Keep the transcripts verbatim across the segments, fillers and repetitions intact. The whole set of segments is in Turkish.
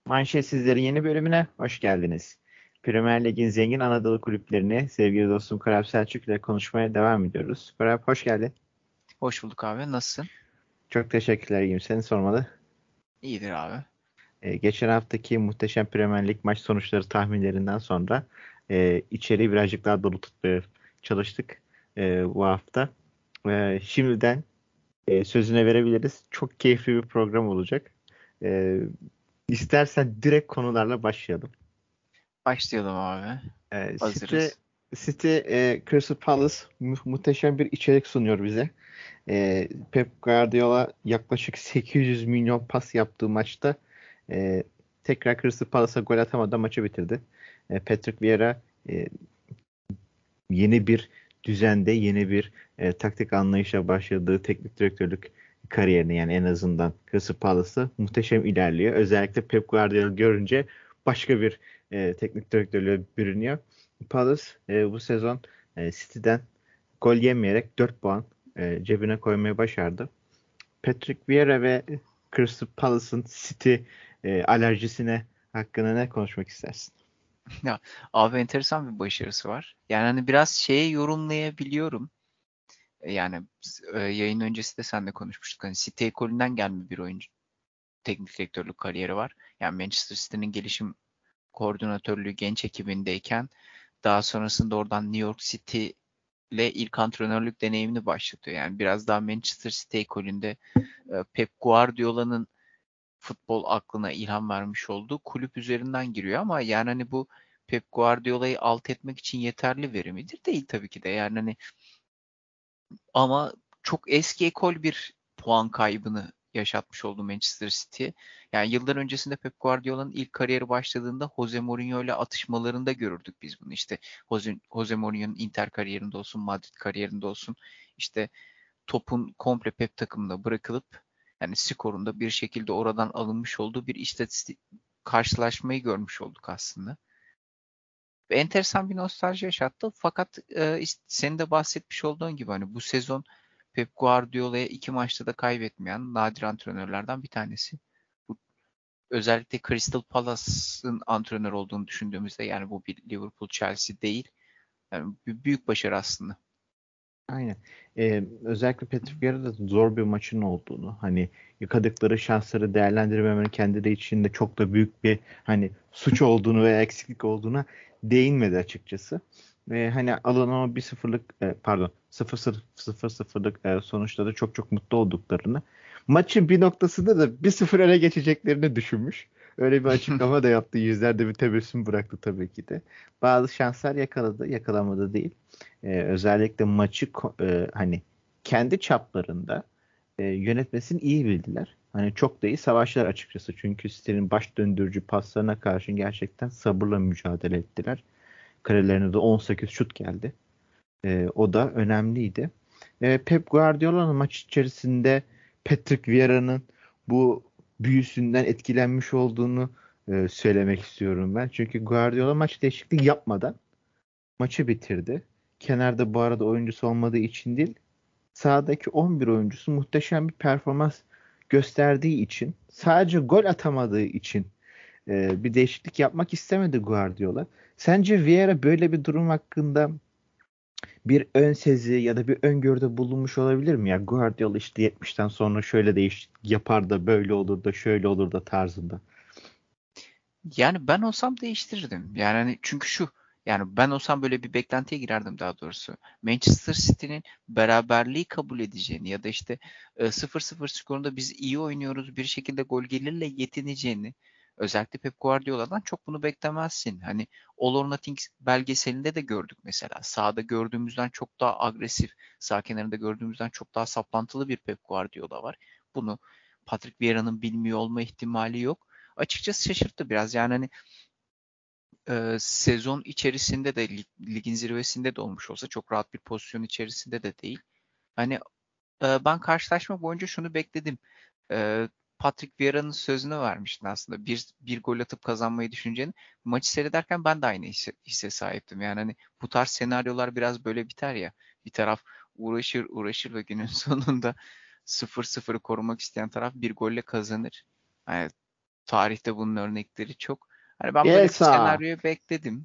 Manşetsizlerin yeni bölümüne hoş geldiniz. Premier Lig'in zengin Anadolu kulüplerini sevgili dostum Korap Selçuk ile konuşmaya devam ediyoruz. Korap hoş geldin. Hoş bulduk abi. Nasılsın? Çok teşekkürler, iyiyim. Seni sormalı. İyidir abi. Ee, geçen haftaki muhteşem Premier Lig maç sonuçları tahminlerinden sonra e, içeriği birazcık daha dolu tutmaya çalıştık e, bu hafta. E, şimdiden e, sözüne verebiliriz. Çok keyifli bir program olacak. E, istersen direkt konularla başlayalım. Başlayalım abi. Ee, City, Hazırız. City e, Crystal Palace mu- muhteşem bir içerik sunuyor bize. Ee, Pep Guardiola yaklaşık sekiz yüz milyon pas yaptığı maçta e, tekrar Crystal Palace'a gol atamadan maçı bitirdi. E, Patrick Vieira e, yeni bir düzende, yeni bir e, taktik anlayışa başladığı teknik direktörlük kariyerini, yani en azından Crystal Palace'ı muhteşem ilerliyor. Özellikle Pep Guardiola görünce başka bir e, teknik direktörlüğe bürünüyor. Palace e, bu sezon e, City'den gol yemeyerek dört puan e, cebine koymayı başardı. Patrick Vieira ve Crystal Palace'ın City e, alerjisine hakkında ne konuşmak istersin? Ya abi enteresan bir başarısı var. Yani hani biraz şeye yorumlayabiliyorum. E, Yani e, yayın öncesi de seninle konuşmuştuk. Hani City ekolünden gelme bir oyuncu. Teknik direktörlük kariyeri var. Yani Manchester City'nin gelişim koordinatörlüğü genç ekibindeyken daha sonrasında oradan New York City ile ilk antrenörlük deneyimini başlatıyor. Yani biraz daha Manchester City ekolünde e, Pep Guardiola'nın futbol aklına ilham vermiş olduğu kulüp üzerinden giriyor ama yani hani bu Pep Guardiola'yı alt etmek için yeterli veri midir? Değil tabii ki de. Yani hani ama çok eski ekol bir puan kaybını yaşatmış oldu Manchester City. Yani yıllar öncesinde Pep Guardiola'nın ilk kariyeri başladığında Jose Mourinho ile atışmalarında görürdük biz bunu. İşte Jose, Jose Mourinho'nun Inter kariyerinde olsun, Madrid kariyerinde olsun işte topun komple Pep takımına bırakılıp yani skorunda bir şekilde oradan alınmış olduğu bir istatistik karşılaşmayı görmüş olduk aslında. Ve enteresan bir nostalji yaşattı. Fakat e, işte senin de bahsetmiş olduğun gibi hani bu sezon Pep Guardiola'ya iki maçta da kaybetmeyen nadir antrenörlerden bir tanesi. Bu, özellikle Crystal Palace'ın antrenör olduğunu düşündüğümüzde yani bu bir Liverpool, Chelsea değil. Yani bir büyük başarı aslında. Aynen. Ee, özellikle Patrick Vieira'da zor bir maçın olduğunu, hani yakadıkları şansları değerlendirememenin kendi de içinde çok da büyük bir hani suç olduğunu veya eksiklik olduğuna değinmedi açıkçası. Ve hani alınan o bir sıfırlık e, pardon sıfır sıfır sıfırlık e, sonuçta da çok çok mutlu olduklarını, maçın bir noktasında da bir sıfır öne geçeceklerini düşünmüş. Öyle bir açıklama da yaptı. Yüzlerde bir tebessüm bıraktı tabii ki de. Bazı şanslar yakaladı, yakalamadı değil. Ee, özellikle maçı ko- e, hani kendi çaplarında e, yönetmesini iyi bildiler. Hani çok da iyi savaşlar açıkçası. Çünkü City'nin baş döndürücü paslarına karşı gerçekten sabırla mücadele ettiler. Kalelerine de on sekiz şut geldi. E, o da önemliydi. E, Pep Guardiola'nın maç içerisinde Patrick Vieira'nın bu büyüsünden etkilenmiş olduğunu e, söylemek istiyorum ben. Çünkü Guardiola maç değişikliği yapmadan maçı bitirdi. Kenarda bu arada oyuncusu olmadığı için değil, sahadaki on bir oyuncusu muhteşem bir performans gösterdiği için, sadece gol atamadığı için e, bir değişiklik yapmak istemedi Guardiola. Sence Vieira böyle bir durum hakkında bir ön sezi ya da bir öngörüde bulunmuş olabilir mi? Ya Guardiola işte yetmişten sonra şöyle değiş yapar da böyle olur da şöyle olur da tarzında. Yani ben olsam değiştirirdim. Yani hani çünkü şu yani ben olsam böyle bir beklentiye girerdim daha doğrusu. Manchester City'nin beraberliği kabul edeceğini ya da işte e, sıfır sıfır skorunda biz iyi oynuyoruz bir şekilde gol gelirle yetineceğini özellikle Pep Guardiola'dan çok bunu beklemezsin. Hani All or Nothing belgeselinde de gördük mesela. Sahada gördüğümüzden çok daha agresif, sağ kenarında gördüğümüzden çok daha saplantılı bir Pep Guardiola var. Bunu Patrick Vieira'nın bilmiyor olma ihtimali yok. Açıkçası şaşırttı biraz. Yani hani e, sezon içerisinde de lig- ligin zirvesinde de olmuş olsa çok rahat bir pozisyon içerisinde de değil. Hani e, ben karşılaşma boyunca şunu bekledim. E, Patrick Vieira'nın sözünü vermiştin aslında. Bir, bir gol atıp kazanmayı düşüneceğini. Maçı seyrederken ben de aynı hisse, hisse sahiptim. Yani hani bu tarz senaryolar biraz böyle biter ya. Bir taraf uğraşır uğraşır ve günün sonunda sıfır sıfırı korumak isteyen taraf bir golle kazanır. Yani tarihte bunun örnekleri çok. Hani ben böyle bir Bielsa. senaryoyu bekledim.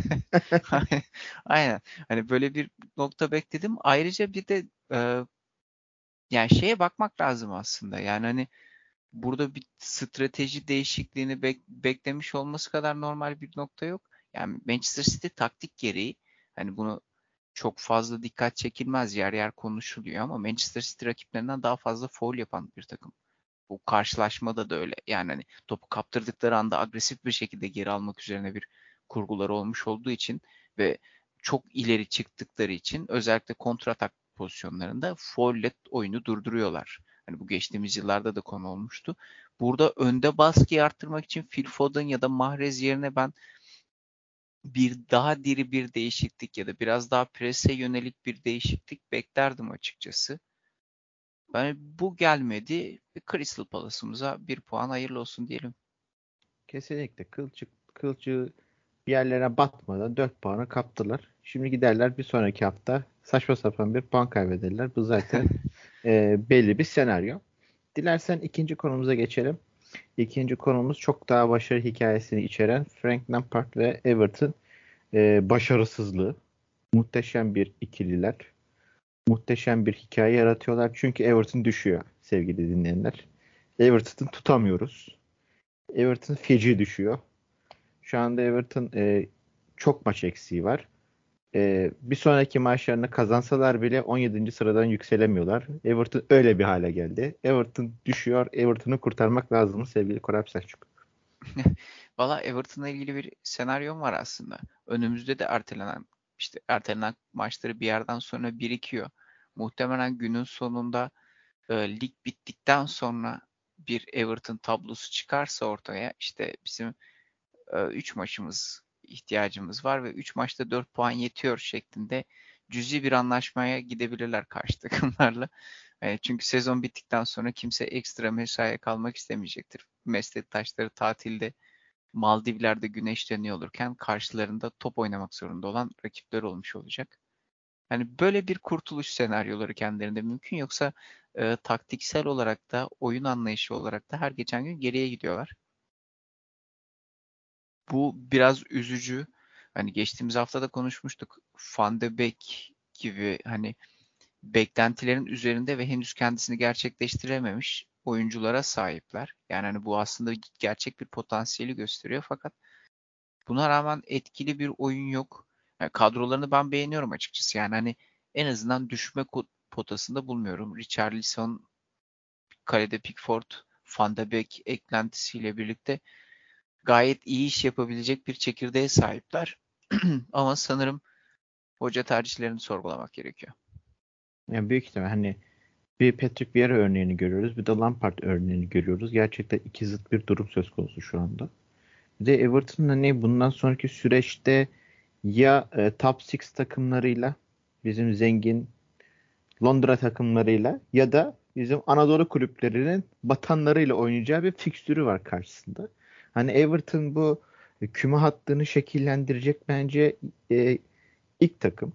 Aynen. Hani böyle bir nokta bekledim. Ayrıca bir de e, yani şeye bakmak lazım aslında. Yani hani burada bir strateji değişikliğini bek- beklemiş olması kadar normal bir nokta yok. Yani Manchester City taktik gereği hani bunu çok fazla dikkat çekilmez, yer yer konuşuluyor ama Manchester City rakiplerinden daha fazla faul yapan bir takım. Bu karşılaşmada da öyle. Yani hani topu kaptırdıkları anda agresif bir şekilde geri almak üzerine bir kurguları olmuş olduğu için ve çok ileri çıktıkları için özellikle kontratak pozisyonlarında faulle oyunu durduruyorlar. Hani bu geçtiğimiz yıllarda da konu olmuştu. Burada önde baskıyı arttırmak için Phil Foden ya da Mahrez yerine ben bir daha diri bir değişiklik ya da biraz daha prese yönelik bir değişiklik beklerdim açıkçası. Yani bu gelmedi. Crystal Palace'ımıza bir puan hayırlı olsun diyelim. Kesinlikle kılçık kılçığı bir yerlere batmadan dört puanı kaptılar. Şimdi giderler bir sonraki hafta saçma sapan bir puan kaybederler. Bu zaten e, belli bir senaryo. Dilersen ikinci konumuza geçelim. İkinci konumuz çok daha başarı hikayesini içeren Frank Lampard ve Everton e, başarısızlığı. Muhteşem bir ikililer. Muhteşem bir hikaye yaratıyorlar. Çünkü Everton düşüyor sevgili dinleyenler. Everton'ı tutamıyoruz. Everton feci düşüyor. Şu anda Everton e, çok maç eksiği var. E, bir sonraki maçlarını kazansalar bile on yedinci sıradan yükselemiyorlar. Everton öyle bir hale geldi. Everton düşüyor. Everton'u kurtarmak lazım sevgili Korap Selçuk. Valla Everton'la ilgili bir senaryom var aslında. Önümüzde de ertelenen işte ertelenen maçları bir yerden sonra birikiyor. Muhtemelen günün sonunda e, lig bittikten sonra bir Everton tablosu çıkarsa ortaya işte bizim üç maçımız ihtiyacımız var ve üç maçta dört puan yetiyor şeklinde cüzi bir anlaşmaya gidebilirler karşı takımlarla. E, çünkü sezon bittikten sonra kimse ekstra mesaiye kalmak istemeyecektir. Meslektaşları tatilde Maldivler'de güneşleniyor olurken karşılarında top oynamak zorunda olan rakipler olmuş olacak. Yani böyle bir kurtuluş senaryoları kendilerinde mümkün yoksa e, taktiksel olarak da oyun anlayışı olarak da her geçen gün geriye gidiyorlar. Bu biraz üzücü. Hani geçtiğimiz hafta da konuşmuştuk. Van de Beek gibi hani beklentilerin üzerinde ve henüz kendisini gerçekleştirememiş oyunculara sahipler. Yani hani bu aslında gerçek bir potansiyeli gösteriyor fakat buna rağmen etkili bir oyun yok. Yani kadrolarını ben beğeniyorum açıkçası. Yani hani en azından düşme potasında bulmuyorum. Richarlison, kalede Pickford, Van de Beek eklentisiyle birlikte gayet iyi iş yapabilecek bir çekirdeğe sahipler. Ama sanırım hoca tercihlerini sorgulamak gerekiyor. Yani büyük ihtimal hani bir Patrick Vieira örneğini görüyoruz. Bir de Lampard örneğini görüyoruz. Gerçekten iki zıt bir durum söz konusu şu anda. Bir de Everton'ın hani bundan sonraki süreçte ya e, top altı takımlarıyla bizim zengin Londra takımlarıyla ya da bizim Anadolu kulüplerinin batanlarıyla oynayacağı bir fikstürü var karşısında. Hani Everton bu e, küme hattını şekillendirecek bence e, ilk takım.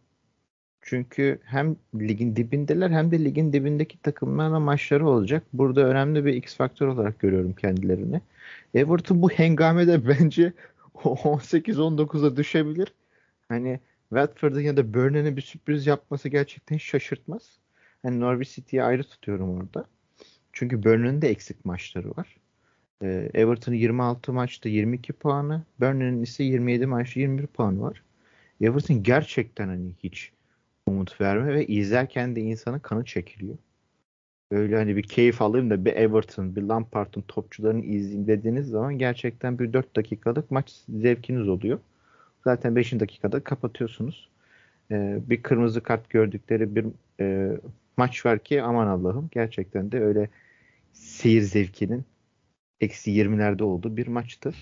Çünkü hem ligin dibindeler hem de ligin dibindeki takımlarla maçları olacak. Burada önemli bir X faktör olarak görüyorum kendilerini. Everton bu hengamede bence on sekiz on dokuza düşebilir. Hani Watford'un ya da Burnley'nin bir sürpriz yapması gerçekten şaşırtmaz. Hani Norwich City'yi ayrı tutuyorum orada. Çünkü Burnley'nin de eksik maçları var. Ee, Everton'ın yirmi altı maçta yirmi iki puanı, Burnley'nin ise yirmi yedi maçta yirmi bir puanı var. Everton gerçekten hani hiç umut verme ve izlerken de insanın kanı çekiliyor. Böyle hani bir keyif alayım da bir Everton, bir Lampard'ın topçularını izleyeyim dediğiniz zaman gerçekten bir dört dakikalık maç zevkiniz oluyor. Zaten beş dakikada kapatıyorsunuz. Ee, bir kırmızı kart gördükleri bir e, maç var ki aman Allah'ım gerçekten de öyle seyir zevkinin eksi yirmilerde olduğu bir maçtı.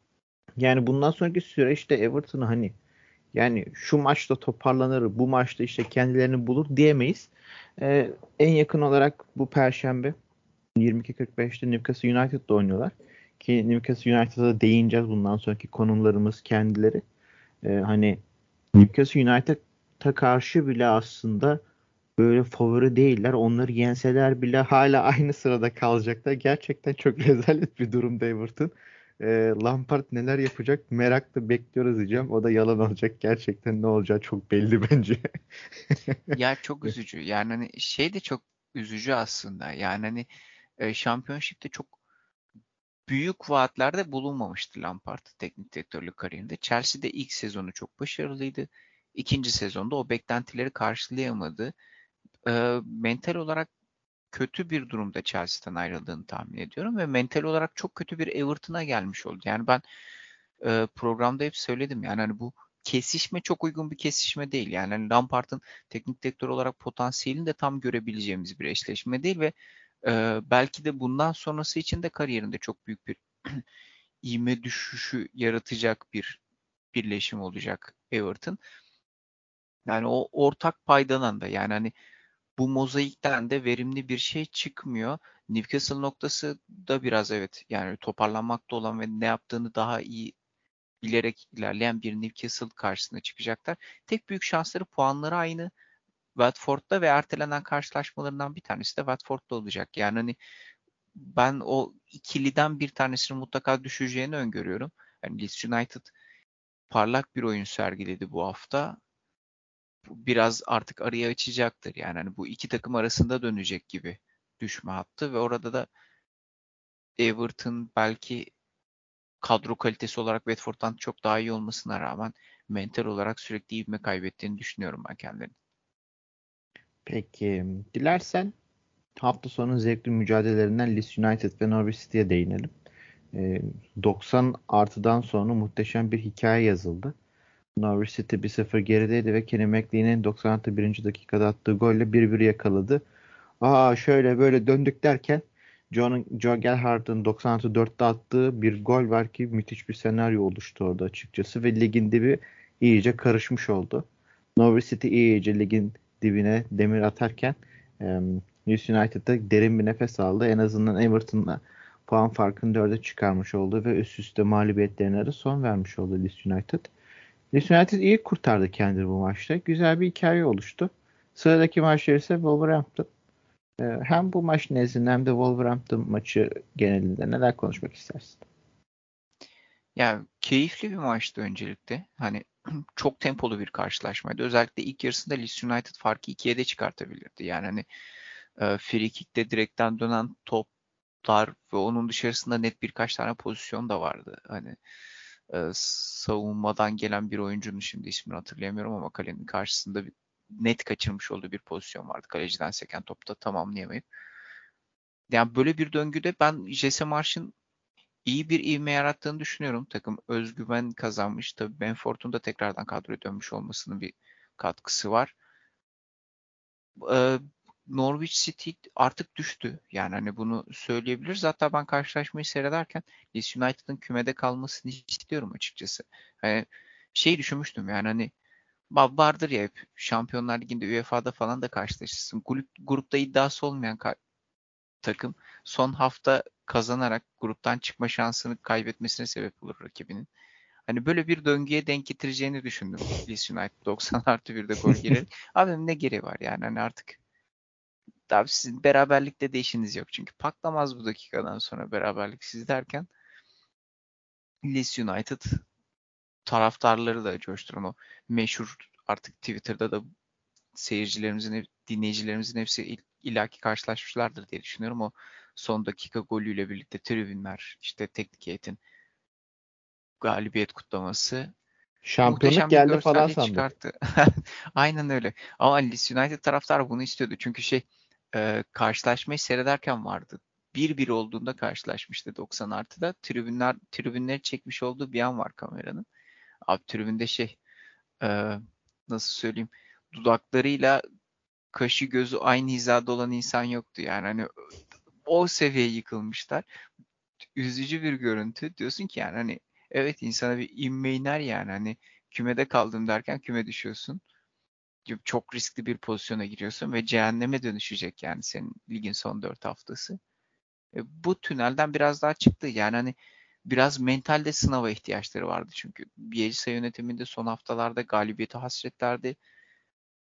Yani bundan sonraki süreçte Everton'ı hani yani şu maçta toparlanır, bu maçta işte kendilerini bulur diyemeyiz. Ee, en yakın olarak bu Perşembe yirmi iki kırk beşte Newcastle United'da oynuyorlar. Ki Newcastle United'a değineceğiz bundan sonraki konularımız kendileri. Ee, hani Newcastle United'a karşı bile aslında böyle favori değiller. Onları yenseler bile hala aynı sırada kalacaklar. Gerçekten çok rezalet bir durumda Everton. Ee, Lampard neler yapacak merakla bekliyoruz diyeceğim. O da yalan olacak. Gerçekten ne olacağı çok belli bence. Ya çok üzücü. Yani hani şey de çok üzücü aslında. Yani hani e, Championship'te çok büyük vaatlerde bulunmamıştı Lampard teknik direktörlük kariyerinde. Chelsea'de ilk sezonu çok başarılıydı. İkinci sezonda o beklentileri karşılayamadı. E, mental olarak kötü bir durumda Chelsea'den ayrıldığını tahmin ediyorum ve mental olarak çok kötü bir Everton'a gelmiş oldu. Yani ben e, programda hep söyledim yani hani bu kesişme çok uygun bir kesişme değil. Yani hani Lampard'ın teknik direktör olarak potansiyelini de tam görebileceğimiz bir eşleşme değil ve e, belki de bundan sonrası için de kariyerinde çok büyük bir ivme düşüşü yaratacak bir birleşim olacak Everton. Yani o ortak paydadan da yani hani bu mozaikten de verimli bir şey çıkmıyor. Newcastle noktası da biraz evet yani toparlanmakta olan ve ne yaptığını daha iyi bilerek ilerleyen bir Newcastle karşısına çıkacaklar. Tek büyük şansları puanları aynı. Watford'da ve ertelenen karşılaşmalarından bir tanesi de Watford'da olacak. Yani hani ben o ikiliden bir tanesinin mutlaka düşeceğini öngörüyorum. Yani Leeds United parlak bir oyun sergiledi bu hafta. Biraz artık arayı açacaktır. Yani hani bu iki takım arasında dönecek gibi düşme hattı ve orada da Everton belki kadro kalitesi olarak Watford'dan çok daha iyi olmasına rağmen mental olarak sürekli ivme kaybettiğini düşünüyorum ben kendilerinin. Peki, dilersen hafta sonu zevkli mücadelelerinden Leeds United ve Norwich City'ye değinelim. Ee, doksan artıdan sonra muhteşem bir hikaye yazıldı. Norwich City bir sıfır gerideydi ve Kenny McLean'in doksan altı birinci dakikada attığı golle bir bir yakaladı. Aa şöyle böyle döndük derken John, Joe Gelhardt'ın doksan altı dörtte attığı bir gol var ki müthiş bir senaryo oluştu orada açıkçası ve ligin dibi iyice karışmış oldu. Norwich City iyice ligin dibine demir atarken em, Leeds United'da derin bir nefes aldı. En azından Everton'la puan farkını dörde çıkarmış oldu ve üst üste mağlubiyetlerine de son vermiş oldu Leeds United. Leeds United iyi kurtardı kendini bu maçta. Güzel bir hikaye oluştu. Sıradaki maçlar ise Wolverhampton. Ee, Hem bu maç nezdinde hem de Wolverhampton maçı genelinde neler konuşmak istersin? Yani keyifli bir maçtı öncelikle. Hani çok tempolu bir karşılaşmaydı. Özellikle ilk yarısında Leeds United farkı ikiye de çıkartabilirdi. Yani hani e, free kick'te direkten dönen toplar ve onun dışarısında net birkaç tane pozisyon da vardı. Hani e, savunmadan gelen bir oyuncunun şimdi ismini hatırlayamıyorum ama kalenin karşısında bir, net kaçırmış olduğu bir pozisyon vardı. Kaleciden seken topta tamamlayamayıp. Yani böyle bir döngüde ben Jesse Marsch'ın iyi bir ivme yarattığını düşünüyorum. Takım özgüven kazanmış. Tabii Benford'un da tekrardan kadroya dönmüş olmasının bir katkısı var. Ee, Norwich City artık düştü. Yani hani bunu söyleyebiliriz. Hatta ben karşılaşmayı seyrederken Leeds United'ın kümede kalmasını istiyorum açıkçası. Hani şey düşünmüştüm yani hani va- vardır ya hep Şampiyonlar Ligi'nde U E F A'da falan da karşılaşırsın. Grup, grupta iddiası olmayan ka- takım son hafta kazanarak gruptan çıkma şansını kaybetmesine sebep olur rakibinin. Hani böyle bir döngüye denk getireceğini düşündüm. Leeds United doksan artı birde gol girerek. Abi ne gereği var yani hani artık abi sizin beraberlikte de işiniz yok. Çünkü patlamaz bu dakikadan sonra beraberlik siz derken Leeds United taraftarları da coşturan o meşhur artık Twitter'da da seyircilerimizin, dinleyicilerimizin hepsi il- illaki karşılaşmışlardır diye düşünüyorum. O son dakika golüyle birlikte tribünler, işte teknik heyetin galibiyet kutlaması Şampiyonluk muhteşem bir geldi falan görsellik sandık. çıkarttı. Aynen öyle. Ama Leeds United taraftarı bunu istiyordu. Çünkü şey e, karşılaşmayı seyrederken vardı. bir bir olduğunda karşılaşmıştı doksan artıda. Tribünler tribünleri çekmiş olduğu bir an var kameranın. Abi tribünde şey e, nasıl söyleyeyim dudaklarıyla kaşı gözü aynı hizada olan insan yoktu. Yani hani o seviyeye yıkılmışlar. Üzücü bir görüntü. Diyorsun ki yani hani evet insana bir inme iner yani hani kümede kaldım derken küme düşüyorsun. Çok riskli bir pozisyona giriyorsun ve cehenneme dönüşecek yani senin ligin son dört haftası. E, bu tünelden biraz daha çıktı. Yani hani biraz mentalde sınava ihtiyaçları vardı çünkü. Bielsa yönetiminde son haftalarda galibiyete hasretlerdi.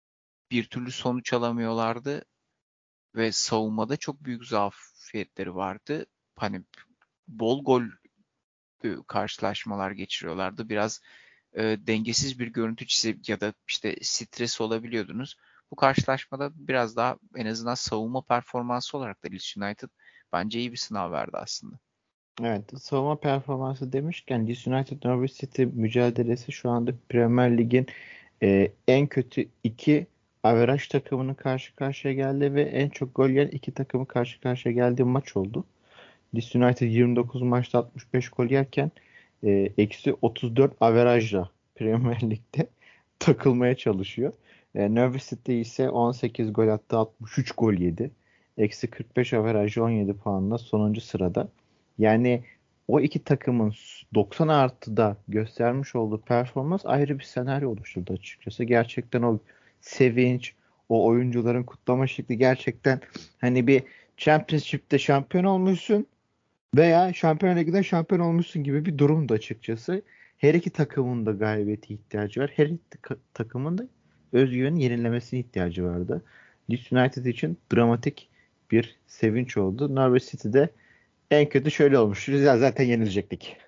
bir türlü sonuç alamıyorlardı ve savunmada çok büyük zafiyetleri vardı. Hani bol gol e, karşılaşmalar geçiriyorlardı. Biraz e, dengesiz bir görüntü çizip ya da işte stres olabiliyordunuz. Bu karşılaşmada biraz daha en azından savunma performansı olarak da Leeds United bence iyi bir sınav verdi aslında. Evet, savunma performansı demişken Leeds United Norwich City mücadelesi şu anda Premier Lig'in e, en kötü iki averaj takımının karşı karşıya geldi ve en çok gol yiyen iki takımın karşı karşıya geldiği maç oldu. Leeds United yirmi dokuz maçta altmış beş gol yerken e, eksi otuz dört averajla Premier Lig'de takılmaya çalışıyor. E, Norwich City ise on sekiz gol attı, altmış üç gol yedi. Eksi kırk beş averajla on yedi puanla sonuncu sırada. Yani o iki takımın doksan artıda göstermiş olduğu performans ayrı bir senaryo oluşturdu açıkçası. Gerçekten o sevinç, o oyuncuların kutlama şekli gerçekten hani bir Championship'te şampiyon olmuşsun veya Şampiyonlar Ligi'de şampiyon olmuşsun gibi bir durumdu açıkçası. Her iki takımın da galibiyete ihtiyacı var. Her iki takımın da özgüvenin yenilemesine ihtiyacı vardı. Leeds United için dramatik bir sevinç oldu. Norwich City'de en kötü şöyle olmuş. Biz zaten yenilecektik.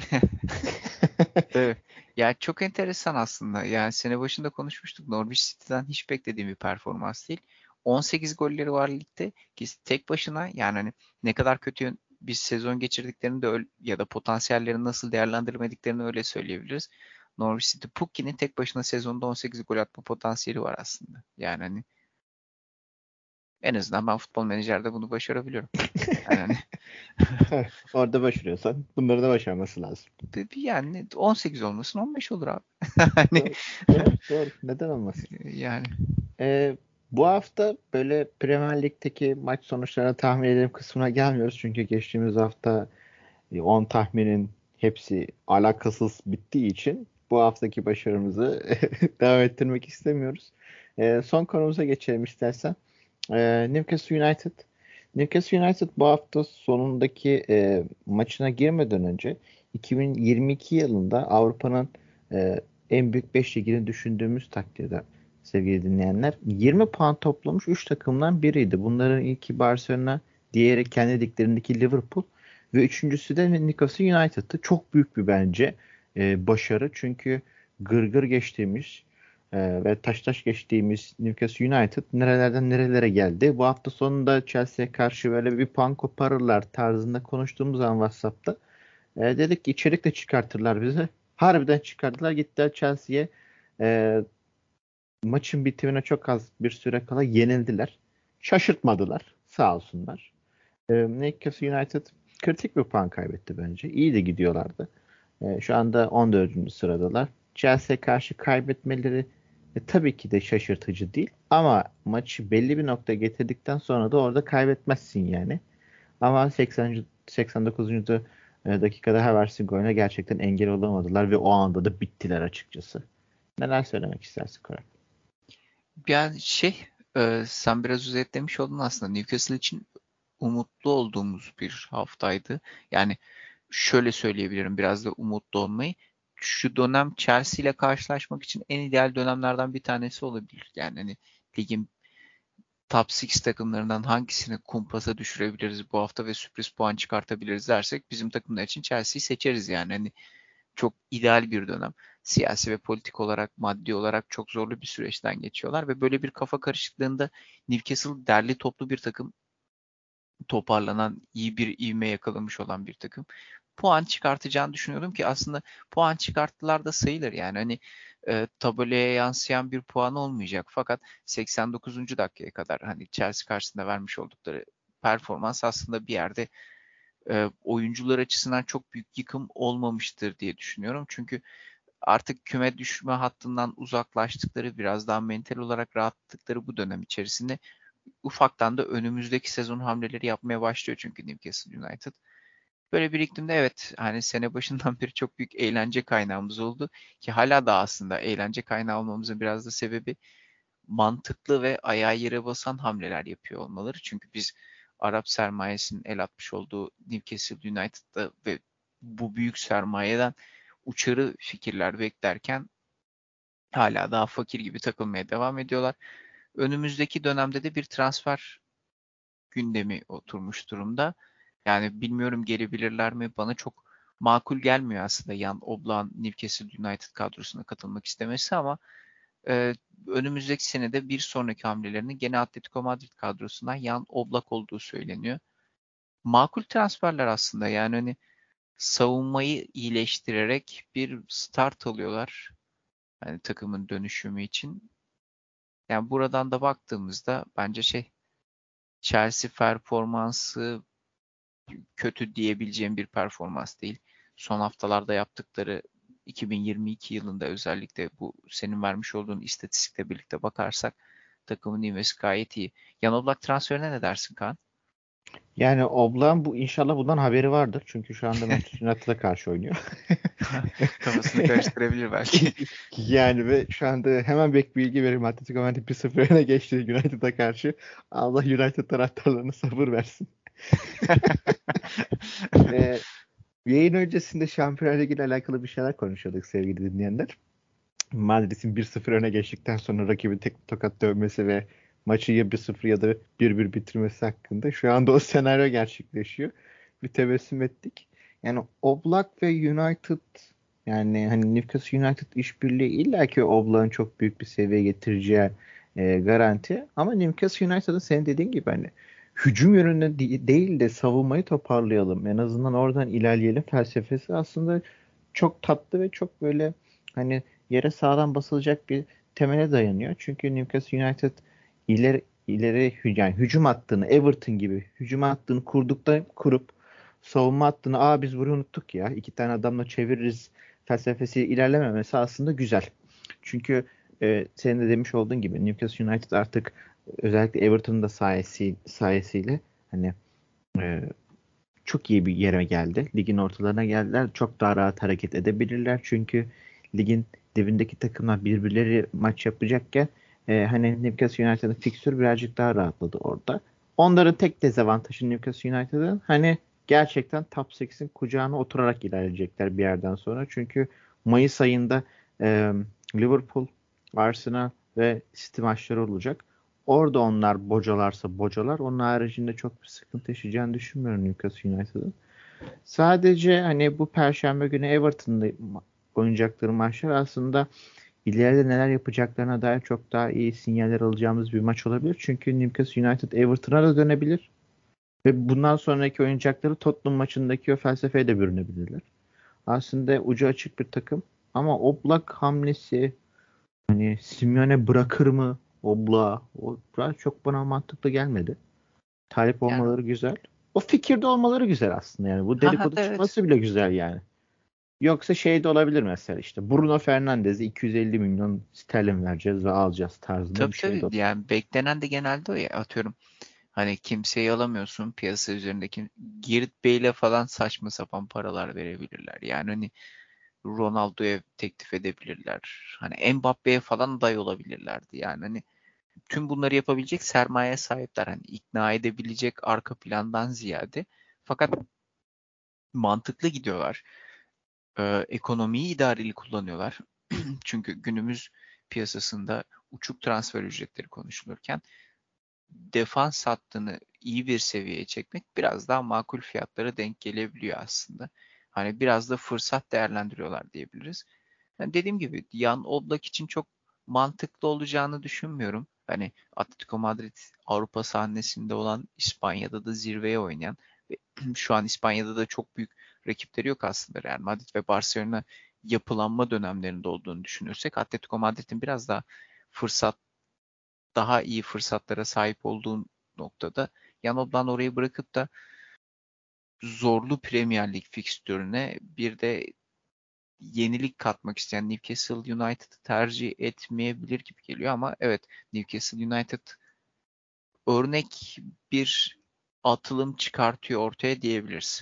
Evet. Ya çok enteresan aslında. Yani sene başında konuşmuştuk. Norwich City'den hiç beklediğim bir performans değil. on sekiz golleri var ligde ki tek başına yani hani ne kadar kötü bir sezon geçirdiklerini de öyle, ya da potansiyellerini nasıl değerlendirmediklerini öyle söyleyebiliriz. Norwich City Pukki'nin tek başına sezonda on sekiz gol atma potansiyeli var aslında. Yani hani en azından ben futbol menajerde bunu başarabiliyorum. Yani hani Orada başarıyorsan bunları da başarması lazım. yani on sekiz olmasın on beş olur abi. Hani Doğru, doğru, doğru. Neden olmasın? yani Ee, Bu hafta böyle Premier Lig'deki maç sonuçlarını tahmin edelim kısmına gelmiyoruz. Çünkü geçtiğimiz hafta on tahminin hepsi alakasız bittiği için bu haftaki başarımızı devam ettirmek istemiyoruz. Ee, son konumuza geçelim istersen. Ee, Newcastle United. Newcastle United bu hafta sonundaki e, maçına girmeden önce iki bin yirmi iki yılında Avrupa'nın e, en büyük beş ligini düşündüğümüz takdirde sevgili dinleyenler yirmi puan toplamış üç takımdan biriydi. Bunların ilki Barcelona, diğeri kendi liglerindeki Liverpool ve üçüncüsü de Newcastle United'tı. Çok büyük bir bence e, başarı. Çünkü gırgır geçtiğimiz e, ve taş taş geçtiğimiz Newcastle United nerelerden nerelere geldi. Bu hafta sonunda Chelsea'ye karşı böyle bir puan koparırlar tarzında konuştuğumuz zaman WhatsApp'ta. E, dedik ki içerik de çıkartırlar bize. Harbiden çıkardılar. Gittiler Chelsea'ye e, maçın bitimine çok az bir süre kala yenildiler. Şaşırtmadılar. Sağ olsunlar. E, Newcastle United kritik bir puan kaybetti bence. İyi de gidiyorlardı. E, şu anda on dördüncü sıradalar. Chelsea'ye karşı kaybetmeleri e, tabii ki de şaşırtıcı değil. Ama maçı belli bir noktaya getirdikten sonra da orada kaybetmezsin yani. Ama sekseninci. seksen dokuzuncu e, dakikada Havertz'in golüne gerçekten engel olamadılar ve o anda da bittiler açıkçası. Neler söylemek istersin Koray? yani şey e, sen biraz özetlemiş oldun aslında. Newcastle için umutlu olduğumuz bir haftaydı. Yani şöyle söyleyebilirim biraz da umutlu olmayı. Şu dönem Chelsea ile karşılaşmak için en ideal dönemlerden bir tanesi olabilir. Yani hani ligin top altı takımlarından hangisini kumpasa düşürebiliriz bu hafta ve sürpriz puan çıkartabiliriz dersek bizim takımlar için Chelsea'yi seçeriz yani. Hani çok ideal bir dönem. Siyasi ve politik olarak, maddi olarak çok zorlu bir süreçten geçiyorlar ve böyle bir kafa karışıklığında Newcastle derli toplu bir takım, toparlanan, iyi bir ivme yakalamış olan bir takım. Puan çıkartacağını düşünüyordum ki aslında puan çıkarttılar da sayılır. Yani hani e, tabelaya yansıyan bir puan olmayacak. Fakat seksen dokuzuncu dakikaya kadar hani Chelsea karşısında vermiş oldukları performans aslında bir yerde e, oyuncular açısından çok büyük yıkım olmamıştır diye düşünüyorum. Çünkü artık küme düşme hattından uzaklaştıkları, biraz daha mental olarak rahatladıkları bu dönem içerisinde ufaktan da önümüzdeki sezon hamleleri yapmaya başlıyor çünkü Newcastle United. Böyle bir iklimde evet hani sene başından beri çok büyük eğlence kaynağımız oldu ki hala da aslında eğlence kaynağı olmamızın biraz da sebebi mantıklı ve ayağa yere basan hamleler yapıyor olmaları. Çünkü biz Arap sermayesinin el atmış olduğu Newcastle United'da ve bu büyük sermayeden uçarı fikirler beklerken hala daha fakir gibi takılmaya devam ediyorlar. önümüzdeki dönemde de bir transfer gündemi oturmuş durumda. Yani bilmiyorum gelebilirler mi? Bana çok makul gelmiyor aslında Jan Oblak'ın Newcastle United kadrosuna katılmak istemesi ama e, önümüzdeki senede bir sonraki hamlelerinin gene Atletico Madrid kadrosundan Jan Oblak olduğu söyleniyor. Makul transferler aslında yani hani savunmayı iyileştirerek bir start alıyorlar. Yani takımın dönüşümü için. Yani buradan da baktığımızda bence şey Chelsea performansı kötü diyebileceğim bir performans değil. Son haftalarda yaptıkları iki bin yirmi iki yılında özellikle bu senin vermiş olduğun istatistikle birlikte bakarsak takımın ivmesi gayet iyi. Jan Oblak transferine ne dersin Kaan? Yani Oblak'ın bu inşallah bundan haberi vardır. Çünkü şu anda Manchester United'a karşı oynuyor. Kafasını karıştırabilir belki. Yani ve şu anda hemen bir bilgi vereyim. Atletico Madrid bir sıfır öne geçti United'a karşı. Allah United taraftarlarına sabır versin. Ee, Yayın öncesinde Şampiyonlar Ligi ile alakalı bir şeyler konuşuyorduk sevgili dinleyenler. Madrid'in bir sıfır öne geçtikten sonra rakibi tek tokat dövmesi ve maçı ya bir sıfır ya da bir bir bitirmesi hakkında. Şu anda o senaryo gerçekleşiyor. Bir tebessüm ettik. Yani Oblak ve United, yani hani Newcastle United işbirliği illaki Oblak'ın çok büyük bir seviyeye getireceği e, garanti. Ama Newcastle United'ın senin dediğin gibi hani hücum yönünden de- değil de savunmayı toparlayalım. En azından oradan ilerleyelim felsefesi aslında çok tatlı ve çok böyle hani yere sağlam basılacak bir temele dayanıyor. Çünkü Newcastle United ileri ileri hü- yani hücum hattını Everton gibi hücum hattını kurdukta kurup savunma hattını aa biz burayı unuttuk ya iki tane adamla çeviririz felsefesi ilerlememesi aslında güzel. Çünkü e, senin de demiş olduğun gibi Newcastle United artık özellikle Everton'un da sayesi, sayesiyle hani e, çok iyi bir yere geldi. Ligin ortalarına geldiler. Çok daha rahat hareket edebilirler. Çünkü ligin dibindeki takımlar birbirleri maç yapacakken e, hani Newcastle United'ın fikstürü birazcık daha rahatladı orada. Onların tek dezavantajı Newcastle United'ın hani gerçekten top sekizin kucağına oturarak ilerleyecekler bir yerden sonra. Çünkü Mayıs ayında e, Liverpool, Arsenal ve City maçları olacak. Orada onlar bocalarsa bocalar. Onun haricinde çok bir sıkıntı yaşayacağını düşünmüyorum Newcastle United'ın. Sadece hani bu Perşembe günü Everton'da ma- oynayacakları maçlar aslında ileride neler yapacaklarına dair çok daha iyi sinyaller alacağımız bir maç olabilir. Çünkü Newcastle United Everton'a da dönebilir. Ve bundan sonraki oynayacakları Tottenham maçındaki o felsefeye de bürünebilirler. Aslında ucu açık bir takım. Ama Oblak hamlesi hani Simeone bırakır mı Oblak? O biraz çok bana mantıklı gelmedi. Talip Yani olmaları güzel. O fikirde olmaları güzel aslında yani. Bu ha ha dedikodu evet. çıkması bile güzel yani. Yoksa şey de olabilir mesela işte Bruno Fernandes'e iki yüz elli milyon sterlin vereceğiz ve alacağız tarzında Tabii bir şey de tabii olabilir. yani beklenen de genelde o ya atıyorum. Hani kimseyi alamıyorsun piyasa üzerindeki Gareth Bale'e falan saçma sapan paralar verebilirler. Yani hani Ronaldo'ya teklif edebilirler. Hani Mbappe'ye falan aday olabilirlerdi. Yani hani tüm bunları yapabilecek sermaye sahipler. Hani ikna edebilecek arka plandan ziyade. Fakat mantıklı gidiyorlar. Ee, ekonomiyi idareli kullanıyorlar. Çünkü günümüz piyasasında uçuk transfer ücretleri konuşulurken defans hattını iyi bir seviyeye çekmek biraz daha makul fiyatlara denk gelebiliyor aslında. Hani biraz da fırsat değerlendiriyorlar diyebiliriz. Yani dediğim gibi Jan Oblak için çok mantıklı olacağını düşünmüyorum. Hani Atletico Madrid Avrupa sahnesinde olan İspanya'da da zirveye oynayan ve şu an İspanya'da da çok büyük rakipleri yok aslında Real Madrid ve Barcelona yapılanma dönemlerinde olduğunu düşünürsek Atletico Madrid'in biraz daha fırsat daha iyi fırsatlara sahip olduğu noktada Jan Oblak'ı orayı bırakıp da zorlu Premier Lig fikstürüne bir de yenilik katmak isteyen Newcastle United'ı tercih etmeyebilir gibi geliyor ama evet Newcastle United örnek bir atılım çıkartıyor ortaya diyebiliriz.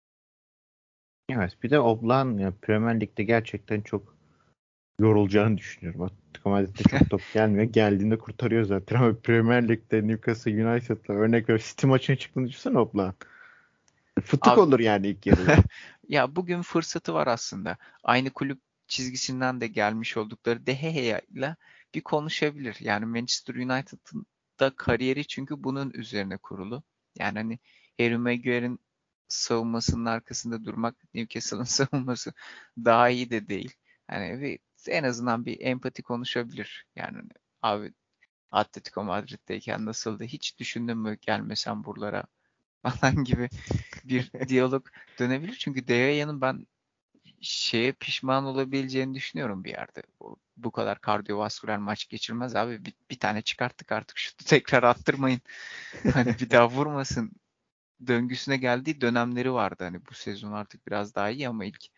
Evet bir de Oblak'ın ya Premier Lig'de gerçekten çok yorulacağını düşünüyorum. Atletico Madrid'de çok top gelmiyor. Geldiğinde kurtarıyor zaten ama Premier Lig'de Newcastle United'la örnek ver City maçına çıktığını düşünsene Oblak'ın. Fıtık Abi, olur yani ilk yarıda. ya bugün fırsatı var aslında. Aynı kulüp çizgisinden de gelmiş oldukları De Gea ile bir konuşabilir. Yani Manchester United'ın da kariyeri çünkü bunun üzerine kurulu. Yani hani Harry Maguire'in savunmasının arkasında durmak Newcastle'ın savunması daha iyi de değil. Hani bir, en azından bir empati konuşabilir. Yani hani, abi Atletico Madrid'deyken nasıldı? Hiç düşündün mü gelmesem buralara falan gibi bir diyalog dönebilir. Çünkü De Gea'nın ben şeye pişman olabileceğini düşünüyorum bir yerde. Bu, bu kadar kardiyovasküler maç geçirmez abi. Bir, bir tane çıkarttık artık şutu tekrar attırmayın. Hani bir daha vurmasın döngüsüne geldiği dönemleri vardı. Hani bu sezon artık biraz daha iyi ama ilk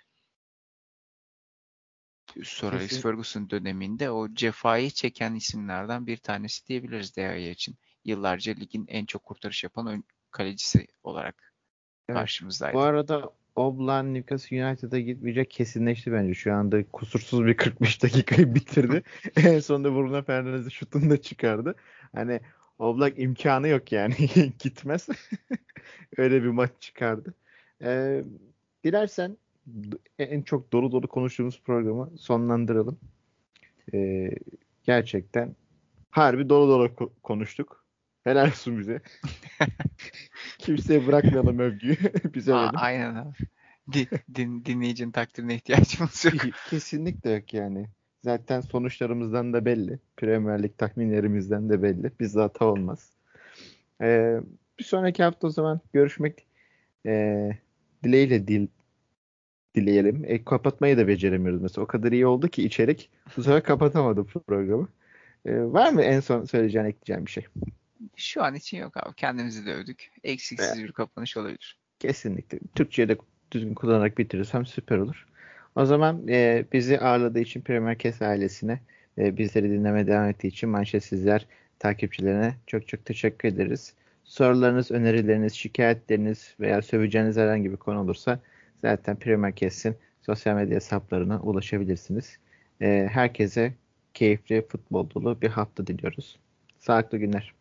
Sir Alex Kesin. Ferguson döneminde o cefayı çeken isimlerden bir tanesi diyebiliriz D I için. Yıllarca ligin en çok kurtarış yapan ön kalecisi olarak Evet. Bu karşımızdaydı. arada Oblak Newcastle United'a gitmeyecek kesinleşti bence. Şu anda kusursuz bir kırk beş dakikayı bitirdi. En sonunda Bruno Fernandes'i şutunu da çıkardı. Hani Oblak imkanı yok yani. Gitmez. Öyle bir maç çıkardı. Ee, Dilersen en çok dolu dolu konuştuğumuz programı sonlandıralım. Ee, Gerçekten harbi dolu dolu ko- konuştuk. Helal olsun bize. Kimseye bırakmayalım övgüyü. Biz A övelim. aynen abi. Di din dinleyicinin takdirine ihtiyacımız yok. Kesinlikle yok yani. Zaten sonuçlarımızdan da belli. Premier Lig tahminlerimizden de belli. Bizde hata olmaz. Ee, Bir sonraki hafta o zaman görüşmek ee, dileğiyle dil, dileyelim. E, kapatmayı da beceremiyoruz mesela. O kadar iyi oldu ki içerik. Bu sefer kapatamadım programı. Ee, var mı en son söyleyeceğin, ekleyeceğin bir şey? Şu an için yok abi. Kendimizi de övdük. Ee, Eksiksiz bir kapanış olabilir. Kesinlikle. Türkçe'yi de düzgün kullanarak bitirirsem süper olur. O zaman e, bizi ağırladığı için Premier Kes ailesine, e, bizleri dinlemeye devam ettiği için Manşetsizler takipçilerine çok çok teşekkür ederiz. Sorularınız, önerileriniz, şikayetleriniz veya söveceğiniz herhangi bir konu olursa zaten Premier Kes'in sosyal medya hesaplarına ulaşabilirsiniz. E, herkese keyifli, futbol dolu bir hafta diliyoruz. Sağlıklı günler.